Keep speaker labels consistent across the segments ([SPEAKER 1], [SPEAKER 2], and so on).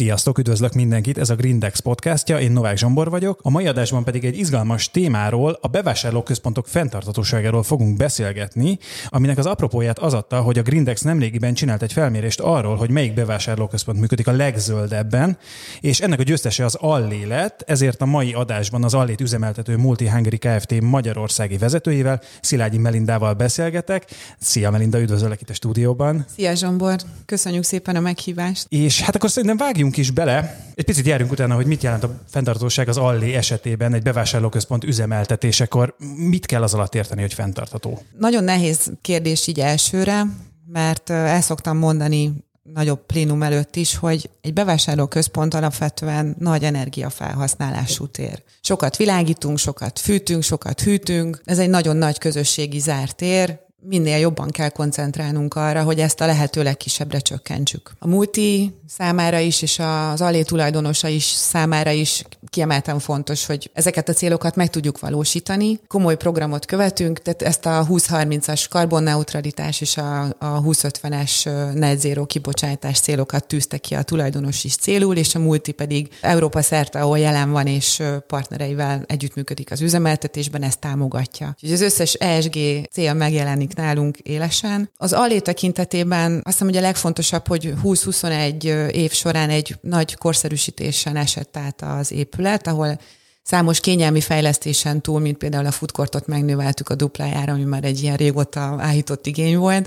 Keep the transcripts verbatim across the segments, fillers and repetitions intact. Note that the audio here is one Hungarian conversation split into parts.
[SPEAKER 1] Sziasztok, üdvözlök mindenkit, ez a Grindex podcastja, én Novák Zsombor vagyok. A mai adásban pedig egy izgalmas témáról, a bevásárlóközpontok fenntarthatóságáról fogunk beszélgetni, aminek az apropóját az adta, hogy a Grindex nemrégiben csinált egy felmérést arról, hogy melyik bevásárlóközpont működik a legzöldebben, és ennek a győztese az Allé lett, ezért a mai adásban az Allét üzemeltető Multi Hungary Kft. Magyarországi vezetőjével, Szilágyi Melindával beszélgetek. Szia Melinda, üdvözöllek itt a stúdióban.
[SPEAKER 2] Szia Zsombor, köszönjük szépen a meghívást.
[SPEAKER 1] És hát akkor szerintem vágjunk is bele. Egy picit járjunk utána, hogy mit jelent a fenntarthatóság az Allé esetében egy bevásárlóközpont üzemeltetésekor. Mit kell az alatt érteni, hogy fenntartható?
[SPEAKER 2] Nagyon nehéz kérdés így elsőre, mert el szoktam mondani nagyobb plénum előtt is, hogy egy bevásárlóközpont alapvetően nagy energiafelhasználású tér. Sokat világítunk, sokat fűtünk, sokat hűtünk. Ez egy nagyon nagy közösségi zárt tér. Minél jobban kell koncentrálnunk arra, hogy ezt a lehető legkisebbre csökkentsük. A multi számára is, és az Allé tulajdonosa is számára is kiemelten fontos, hogy ezeket a célokat meg tudjuk valósítani. Komoly programot követünk, tehát ezt a húsz harmincas karbonneutralitás és a, a húsz ötvenes net zero kibocsátás célokat tűzte ki a tulajdonos is célul, és a multi pedig Európa szerte, ahol jelen van, és partnereivel együttműködik az üzemeltetésben, ezt támogatja. Úgyhogy az összes E S G cél megjelenik nálunk élesen. Az Allé tekintetében azt hiszem, hogy a legfontosabb, hogy húsz-huszonegy év során egy nagy korszerűsítésen esett át az épület, ahol számos kényelmi fejlesztésen túl, mint például a food courtot megnöveltük a duplájára, ami már egy ilyen régóta áhított igény volt.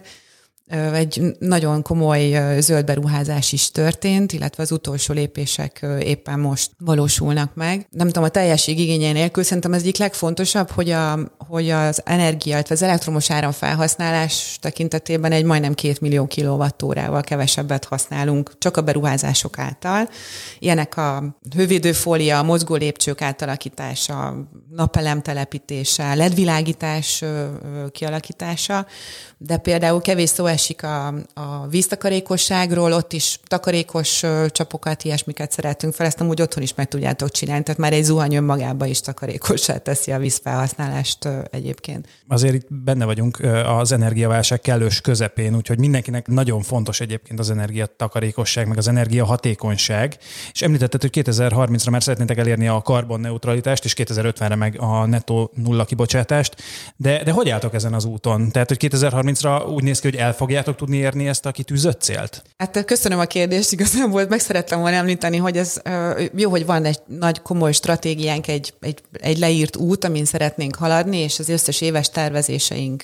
[SPEAKER 2] Egy nagyon komoly zöld beruházás is történt, illetve az utolsó lépések éppen most valósulnak meg. Nem tudom, a teljesség igényei nélkül szerintem az egyik legfontosabb, hogy, a, hogy az energia, illetve az elektromos áram felhasználás tekintetében egy majdnem két millió kilowattórával kevesebbet használunk csak a beruházások által. Ilyenek a hővédőfólia, a mozgó lépcsők átalakítása, napelem telepítése, el é dé világítás kialakítása, de például kevés szó esik a, a víztakarékosságról, ott is takarékos csapokat, ilyesmiket szeretünk fel, ezt amúgy otthon is meg tudjátok csinálni, tehát már egy zuhany önmagában is takarékossá teszi a vízfelhasználást egyébként.
[SPEAKER 1] Azért itt benne vagyunk az energiaválság kellős közepén, úgyhogy mindenkinek nagyon fontos egyébként az energiatakarékosság, meg az energiahatékonyság, és említetted, hogy kétezer-harmincra már szeretnétek elérni a karbonneutralitást, és kétezer-ötvenre meg a nettó nulla kibocsátást, de, de hogy álltok ezen az úton? Tehát, hogy kétezer-harmincra úgy néz ki, hogy el fogjátok tudni érni ezt a kitűzött célt?
[SPEAKER 2] Hát köszönöm a kérdést, igazából meg szerettem volna említeni, hogy ez jó, hogy van egy nagy komoly stratégiánk, egy, egy, egy leírt út, amin szeretnénk haladni, és az összes éves tervezéseink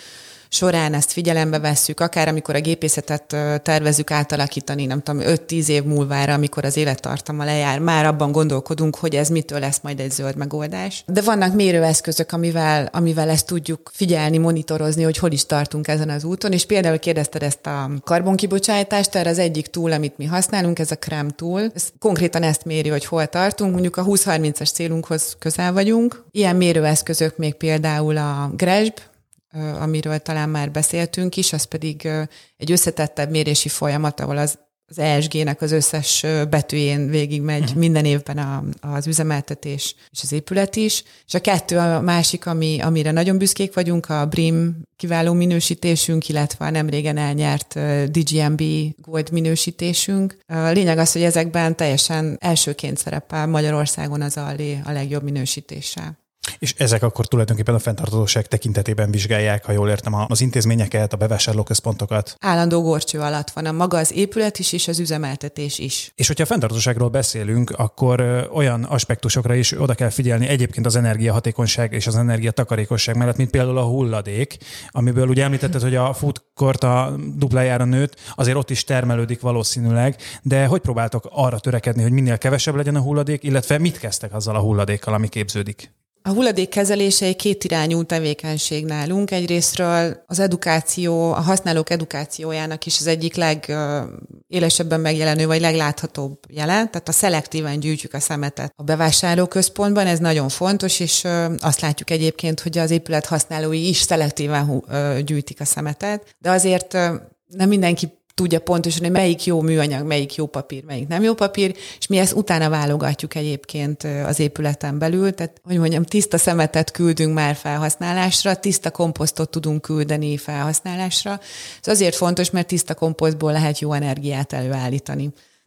[SPEAKER 2] során ezt figyelembe vesszük, akár amikor a gépészetet tervezzük átalakítani, nem tudom, öt-tíz év múlvára, amikor az élettartama lejár, már abban gondolkodunk, hogy ez mitől lesz majd egy zöld megoldás. De vannak mérőeszközök, amivel, amivel ezt tudjuk figyelni, monitorozni, hogy hol is tartunk ezen az úton, és például kérdezted ezt a karbonkibocsátást, erre az egyik tool, amit mi használunk, ez a C R E M tool. Ez konkrétan ezt méri, hogy hol tartunk, mondjuk a húsz harmincas célunkhoz közel vagyunk. Ilyen mérőeszközök még például a GRESB, amiről talán már beszéltünk is, az pedig egy összetettebb mérési folyamat, ahol az, az E S G-nek az összes betűjén végigmegy uh-huh. minden évben a, az üzemeltetés és az épület is. És a kettő a másik, ami, amire nagyon büszkék vagyunk, a B R I M kiváló minősítésünk, illetve a nemrégen elnyert D G M B Gold minősítésünk. A lényeg az, hogy ezekben teljesen elsőként szerepel Magyarországon az Allé a legjobb minősítéssel.
[SPEAKER 1] És ezek akkor tulajdonképpen a fenntarthatóság tekintetében vizsgálják, ha jól értem, az intézményeket, a bevásárlóközpontokat.
[SPEAKER 2] Állandó górcső alatt van a maga az épület is, és az üzemeltetés is.
[SPEAKER 1] És hogyha a fenntarthatóságról beszélünk, akkor olyan aspektusokra is oda kell figyelni egyébként az energiahatékonyság és az energiatakarékosság mellett, mint például a hulladék, amiből ugye említetted, hogy a food court a duplájára nőtt, azért ott is termelődik valószínűleg, de hogy próbáltok arra törekedni, hogy minél kevesebb legyen a hulladék, illetve mit kezdtek azzal a hulladékkal, ami képződik?
[SPEAKER 2] A hulladék kezelése egy kétirányú tevékenység nálunk. Egyrésztről az edukáció, a használók edukációjának is az egyik legélesebben megjelenő, vagy legláthatóbb jele. Tehát a szelektíven gyűjtjük a szemetet a bevásárlóközpontban, ez nagyon fontos, és azt látjuk egyébként, hogy az épület használói is szelektíven gyűjtik a szemetet, de azért nem mindenki tudja pontosan, hogy melyik jó műanyag, melyik jó papír, melyik nem jó papír, és mi ezt utána válogatjuk egyébként az épületen belül, tehát, hogy mondjam, tiszta szemetet küldünk már felhasználásra, tiszta komposztot tudunk küldeni felhasználásra. Ez azért fontos, mert tiszta komposztból lehet jó energiát előállítani.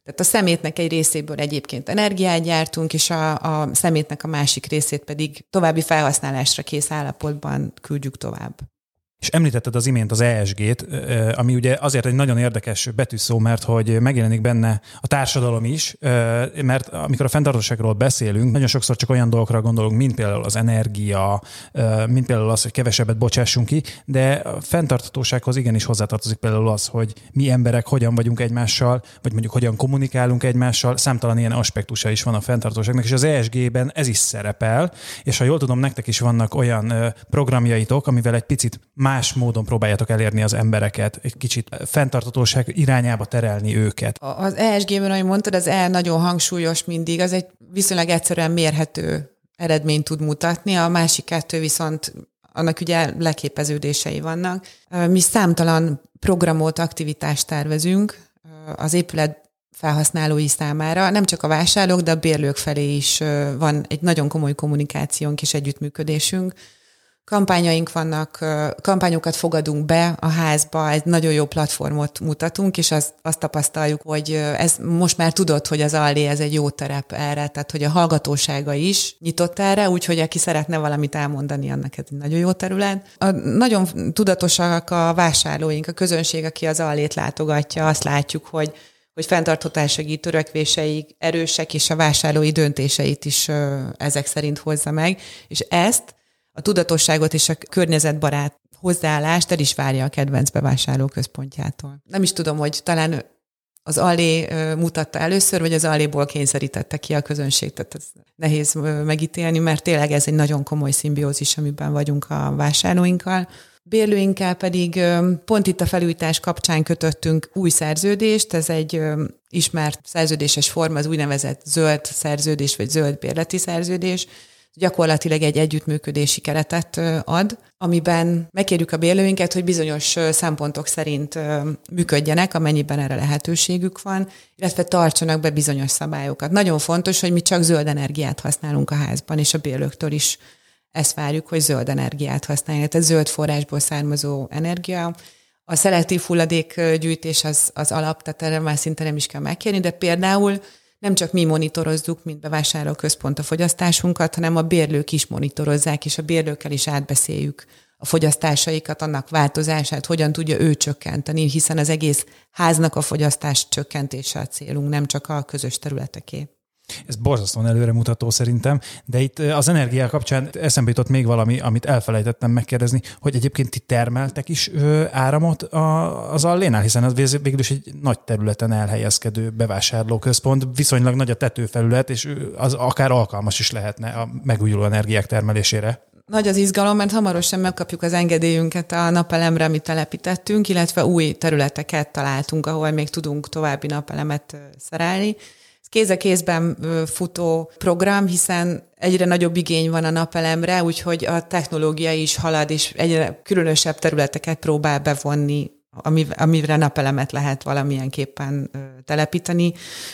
[SPEAKER 2] Tehát a szemétnek egy részéből egyébként energiát gyártunk, és a, a szemétnek a másik részét pedig további felhasználásra kész állapotban küldjük tovább.
[SPEAKER 1] És említetted az imént az E S G-t, ami ugye azért egy nagyon érdekes betűszó, mert hogy megjelenik benne a társadalom is, mert amikor a fenntartóságról beszélünk, nagyon sokszor csak olyan dolgokra gondolunk, mint például az energia, mint például az, hogy kevesebbet bocsássunk ki, de a fenntarthatósághoz igenis hozzátartozik például az, hogy mi emberek hogyan vagyunk egymással, vagy mondjuk hogyan kommunikálunk egymással, számtalan ilyen aspektusa is van a fenntartóságnak, és az E S G-ben ez is szerepel, és ha jól tudom, nektek is vannak olyan programjaitok, amivel egy picit más módon próbáljátok elérni az embereket, egy kicsit fenntarthatóság irányába terelni őket.
[SPEAKER 2] Az E S G-ben, ahogy mondtad, az E nagyon hangsúlyos mindig, az egy viszonylag egyszerűen mérhető eredményt tud mutatni, a másik kettő viszont annak ugye leképeződései vannak. Mi számtalan programot, aktivitást tervezünk az épület felhasználói számára, nem csak a vásárlók, de a bérlők felé is van egy nagyon komoly kommunikációnk és együttműködésünk. Kampányaink vannak, kampányokat fogadunk be a házba, egy nagyon jó platformot mutatunk, és azt, azt tapasztaljuk, hogy ez most már tudod, hogy az Allé ez egy jó terep erre, tehát hogy a hallgatósága is nyitott erre, úgyhogy aki szeretne valamit elmondani, annak ez egy nagyon jó terület. A, nagyon tudatosak a vásárlóink, a közönség, aki az Allét látogatja, azt látjuk, hogy hogy fenntarthatósági törekvéseik erősek, és a vásárlói döntéseit is ezek szerint hozza meg, és ezt a tudatosságot és a környezetbarát hozzáállást el is várja a kedvenc bevásárlóközpontjától. Nem is tudom, hogy talán az Allé mutatta először, vagy az Alléból kényszerítette ki a közönség, tehát ez nehéz megítélni, mert tényleg ez egy nagyon komoly szimbiózis, amiben vagyunk a vásárlóinkkal. Bérlőinkkel pedig pont itt a felújítás kapcsán kötöttünk új szerződést, ez egy ismert szerződéses forma, az úgynevezett zöld szerződés, vagy zöld bérleti szerződés, gyakorlatilag egy együttműködési keretet ad, amiben megkérjük a bérlőinket, hogy bizonyos szempontok szerint működjenek, amennyiben erre lehetőségük van, illetve tartsanak be bizonyos szabályokat. Nagyon fontos, hogy mi csak zöld energiát használunk a házban, és a bérlőktől is ezt várjuk, hogy zöld energiát használják, tehát zöld forrásból származó energia. A szelektív hulladékgyűjtés az, az alap, tehát erre már szinte nem is kell megkérni, de például nem csak mi monitorozzuk, mint bevásárlóközpont a fogyasztásunkat, hanem a bérlők is monitorozzák, és a bérlőkkel is átbeszéljük a fogyasztásaikat, annak változását, hogyan tudja ő csökkenteni, hiszen az egész háznak a fogyasztás csökkentése a célunk, nem csak a közös területeké.
[SPEAKER 1] Ez borzasztóan előremutató szerintem, de itt az energia kapcsán eszembe jutott még valami, amit elfelejtettem megkérdezni, hogy egyébként ti termeltek is áramot az Allénál, hiszen az végül is egy nagy területen elhelyezkedő bevásárlóközpont, viszonylag nagy a tetőfelület, és az akár alkalmas is lehetne a megújuló energiák termelésére.
[SPEAKER 2] Nagy az izgalom, mert hamarosan megkapjuk az engedélyünket a napelemre, amit telepítettünk, illetve új területeket találtunk, ahol még tudunk további napelemet szerelni. Kéz a kézben futó program, hiszen egyre nagyobb igény van a napelemre, úgyhogy a technológia is halad, és egyre különösebb területeket próbál bevonni, amire napelemet lehet valamilyenképpen telepíteni.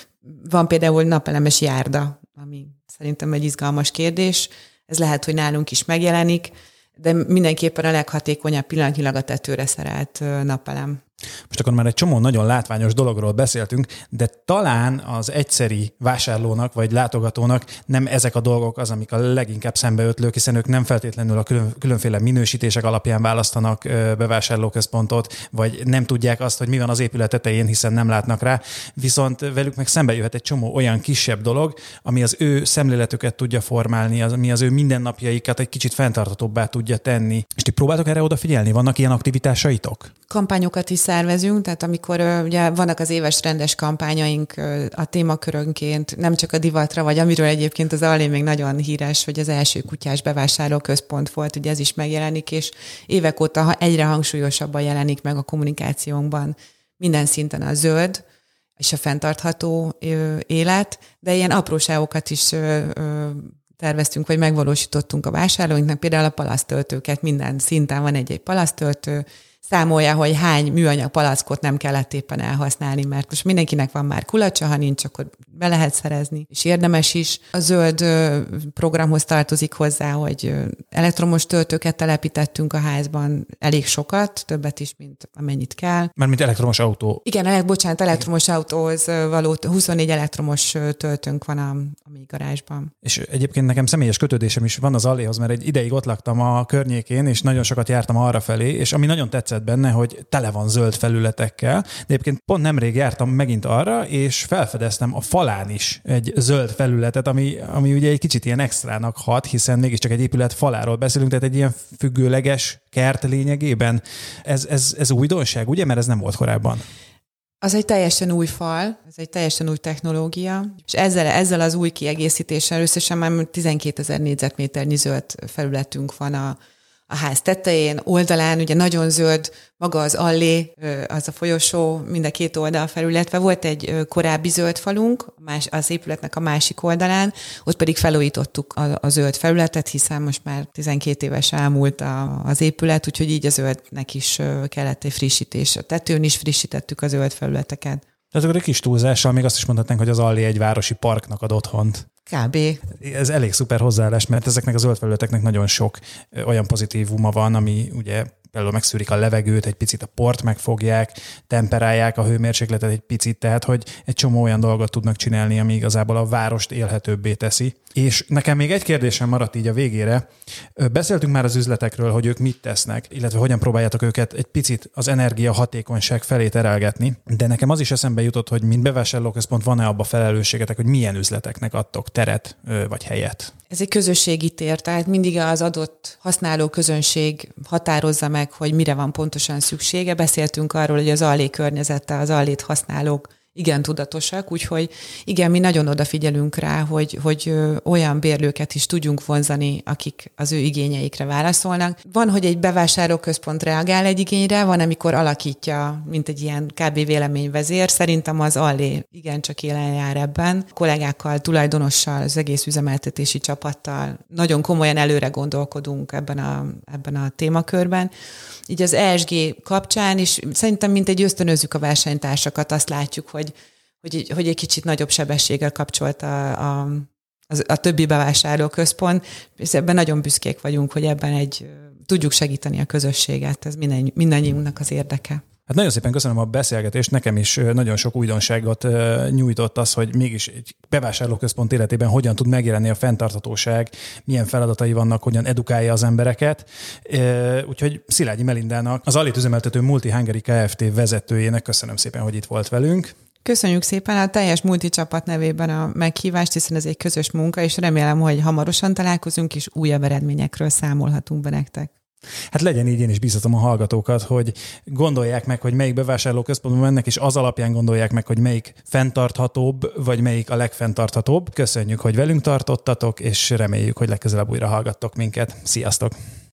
[SPEAKER 2] Van például napelemes járda, ami szerintem egy izgalmas kérdés. Ez lehet, hogy nálunk is megjelenik, de mindenképpen a leghatékonyabb pillanatnyilag a tetőre szerelt napelem.
[SPEAKER 1] Most akkor már egy csomó nagyon látványos dologról beszéltünk, de talán az egyszeri vásárlónak vagy látogatónak nem ezek a dolgok az, amik a leginkább szembeötlők, hiszen ők nem feltétlenül a külön, különféle minősítések alapján választanak bevásárlóközpontot, vagy nem tudják azt, hogy mi van az épület tetején, hiszen nem látnak rá, viszont velük meg szembe jöhet egy csomó olyan kisebb dolog, ami az ő szemléletüket tudja formálni, az, ami az ő mindennapjaikat egy kicsit fenntarthatóbbá tudja tenni. És ti próbáltok erre odafigyelni? Vannak ilyen aktivitásaitok?
[SPEAKER 2] Kampányokat is szervezünk, tehát amikor ugye vannak az éves rendes kampányaink a témakörönként, nem csak a divatra, vagy amiről egyébként az Allé még nagyon híres, hogy az első kutyás bevásárlóközpont volt, ugye ez is megjelenik, és évek óta egyre hangsúlyosabban jelenik meg a kommunikációnkban minden szinten a zöld és a fenntartható élet, de ilyen apróságokat is terveztünk, vagy megvalósítottunk a vásárlóinknak, például a palasztöltőket, minden szinten van egy-egy palasztöltő, számolja, hogy hány műanyag palackot nem kellett éppen elhasználni, mert most mindenkinek van már kulacsa, ha nincs, akkor be lehet szerezni, és érdemes is. A zöld programhoz tartozik hozzá, hogy elektromos töltőket telepítettünk a házban, elég sokat, többet is, mint amennyit kell.
[SPEAKER 1] Mert mint elektromos autó.
[SPEAKER 2] Igen, elek, bocsánat, elektromos autóhoz való, huszonnégy elektromos töltőnk van a, a mi garázsban.
[SPEAKER 1] És egyébként nekem személyes kötődésem is van az Alléhoz, mert egy ideig ott laktam a környékén, és nagyon sokat jártam arra felé, és ami nagyon tetszett benne, hogy tele van zöld felületekkel. De egyébként pont nemrég jártam megint arra, és felfedeztem a falán is egy zöld felületet, ami, ami ugye egy kicsit ilyen extrának hat, hiszen mégiscsak egy épület faláról beszélünk, tehát egy ilyen függőleges kert lényegében. Ez, ez, ez újdonság, ugye? Mert ez nem volt korábban.
[SPEAKER 2] Az egy teljesen új fal, ez egy teljesen új technológia, és ezzel, ezzel az új kiegészítéssel összesen már tizenkétezer négyzetméternyi zöld felületünk van a a ház tetején, oldalán, ugye nagyon zöld, maga az allé, az a folyosó, mind a két oldal felületve. Volt egy korábbi zöld falunk, az épületnek a másik oldalán, ott pedig felújítottuk a, a zöld felületet, hiszen most már tizenkét éves elmúlt a, az épület, úgyhogy így a zöldnek is kellett egy frissítés. A tetőn is frissítettük a zöld felületeket.
[SPEAKER 1] Tehát akkor egy kis túlzással még azt is mondhatnánk, hogy az Allé egy városi parknak ad otthont.
[SPEAKER 2] Kb.
[SPEAKER 1] Ez elég szuper hozzáállás, mert ezeknek a zöld felületeknek nagyon sok olyan pozitívuma van, ami ugye például megszűrik a levegőt, egy picit a port megfogják, temperálják a hőmérsékletet egy picit, tehát hogy egy csomó olyan dolgot tudnak csinálni, ami igazából a várost élhetőbbé teszi. És nekem még egy kérdésem maradt így a végére. Beszéltünk már az üzletekről, hogy ők mit tesznek, illetve hogyan próbáljátok őket egy picit az energiahatékonyság felé terelgetni, de nekem az is eszembe jutott, hogy mint bevásárlóközpont van-e abba felelősségetek, hogy milyen üzleteknek adtok teret vagy helyet?
[SPEAKER 2] Ez egy közösségi tér, tehát mindig az adott használó közönség határozza meg, hogy mire van pontosan szüksége. Beszéltünk arról, hogy az Allé környezete, az Allét használók igen tudatosak, úgyhogy igen, mi nagyon odafigyelünk rá, hogy, hogy olyan bérlőket is tudjunk vonzani, akik az ő igényeikre válaszolnak. Van, hogy egy bevásárlóközpont reagál egy igényre, van, amikor alakítja, mint egy ilyen kb. Véleményvezér. Szerintem az Allé igencsak élen jár ebben. Kollégákkal, tulajdonossal, az egész üzemeltetési csapattal nagyon komolyan előre gondolkodunk ebben a, ebben a témakörben. Így az E S G kapcsán is szerintem mint egy ösztönözzük a versenytársakat, azt látjuk, hogy, hogy, hogy egy kicsit nagyobb sebességgel kapcsolt a, a, a többi bevásárlóközpont, és ebben nagyon büszkék vagyunk, hogy ebben egy, tudjuk segíteni a közösséget, ez minden, mindannyiunknak az érdeke.
[SPEAKER 1] Hát nagyon szépen köszönöm a beszélgetést, nekem is nagyon sok újdonságot nyújtott az, hogy mégis egy bevásárlóközpont életében hogyan tud megjelenni a fenntarthatóság, milyen feladatai vannak, hogyan edukálja az embereket. Úgyhogy Szilágyi Melindának, az Allét üzemeltető Multi Hungary Kft. Vezetőjének köszönöm szépen, hogy itt volt velünk.
[SPEAKER 2] Köszönjük szépen a teljes multi csapat nevében a meghívást, hiszen ez egy közös munka, és remélem, hogy hamarosan találkozunk, és újabb eredményekről számolhatunk be nektek.
[SPEAKER 1] Hát legyen így, én is bíztatom a hallgatókat, hogy gondolják meg, hogy melyik bevásárlóközpontban mennek, és az alapján gondolják meg, hogy melyik fenntarthatóbb, vagy melyik a legfenntarthatóbb. Köszönjük, hogy velünk tartottatok, és reméljük, hogy legközelebb újra hallgattok minket. Sziasztok!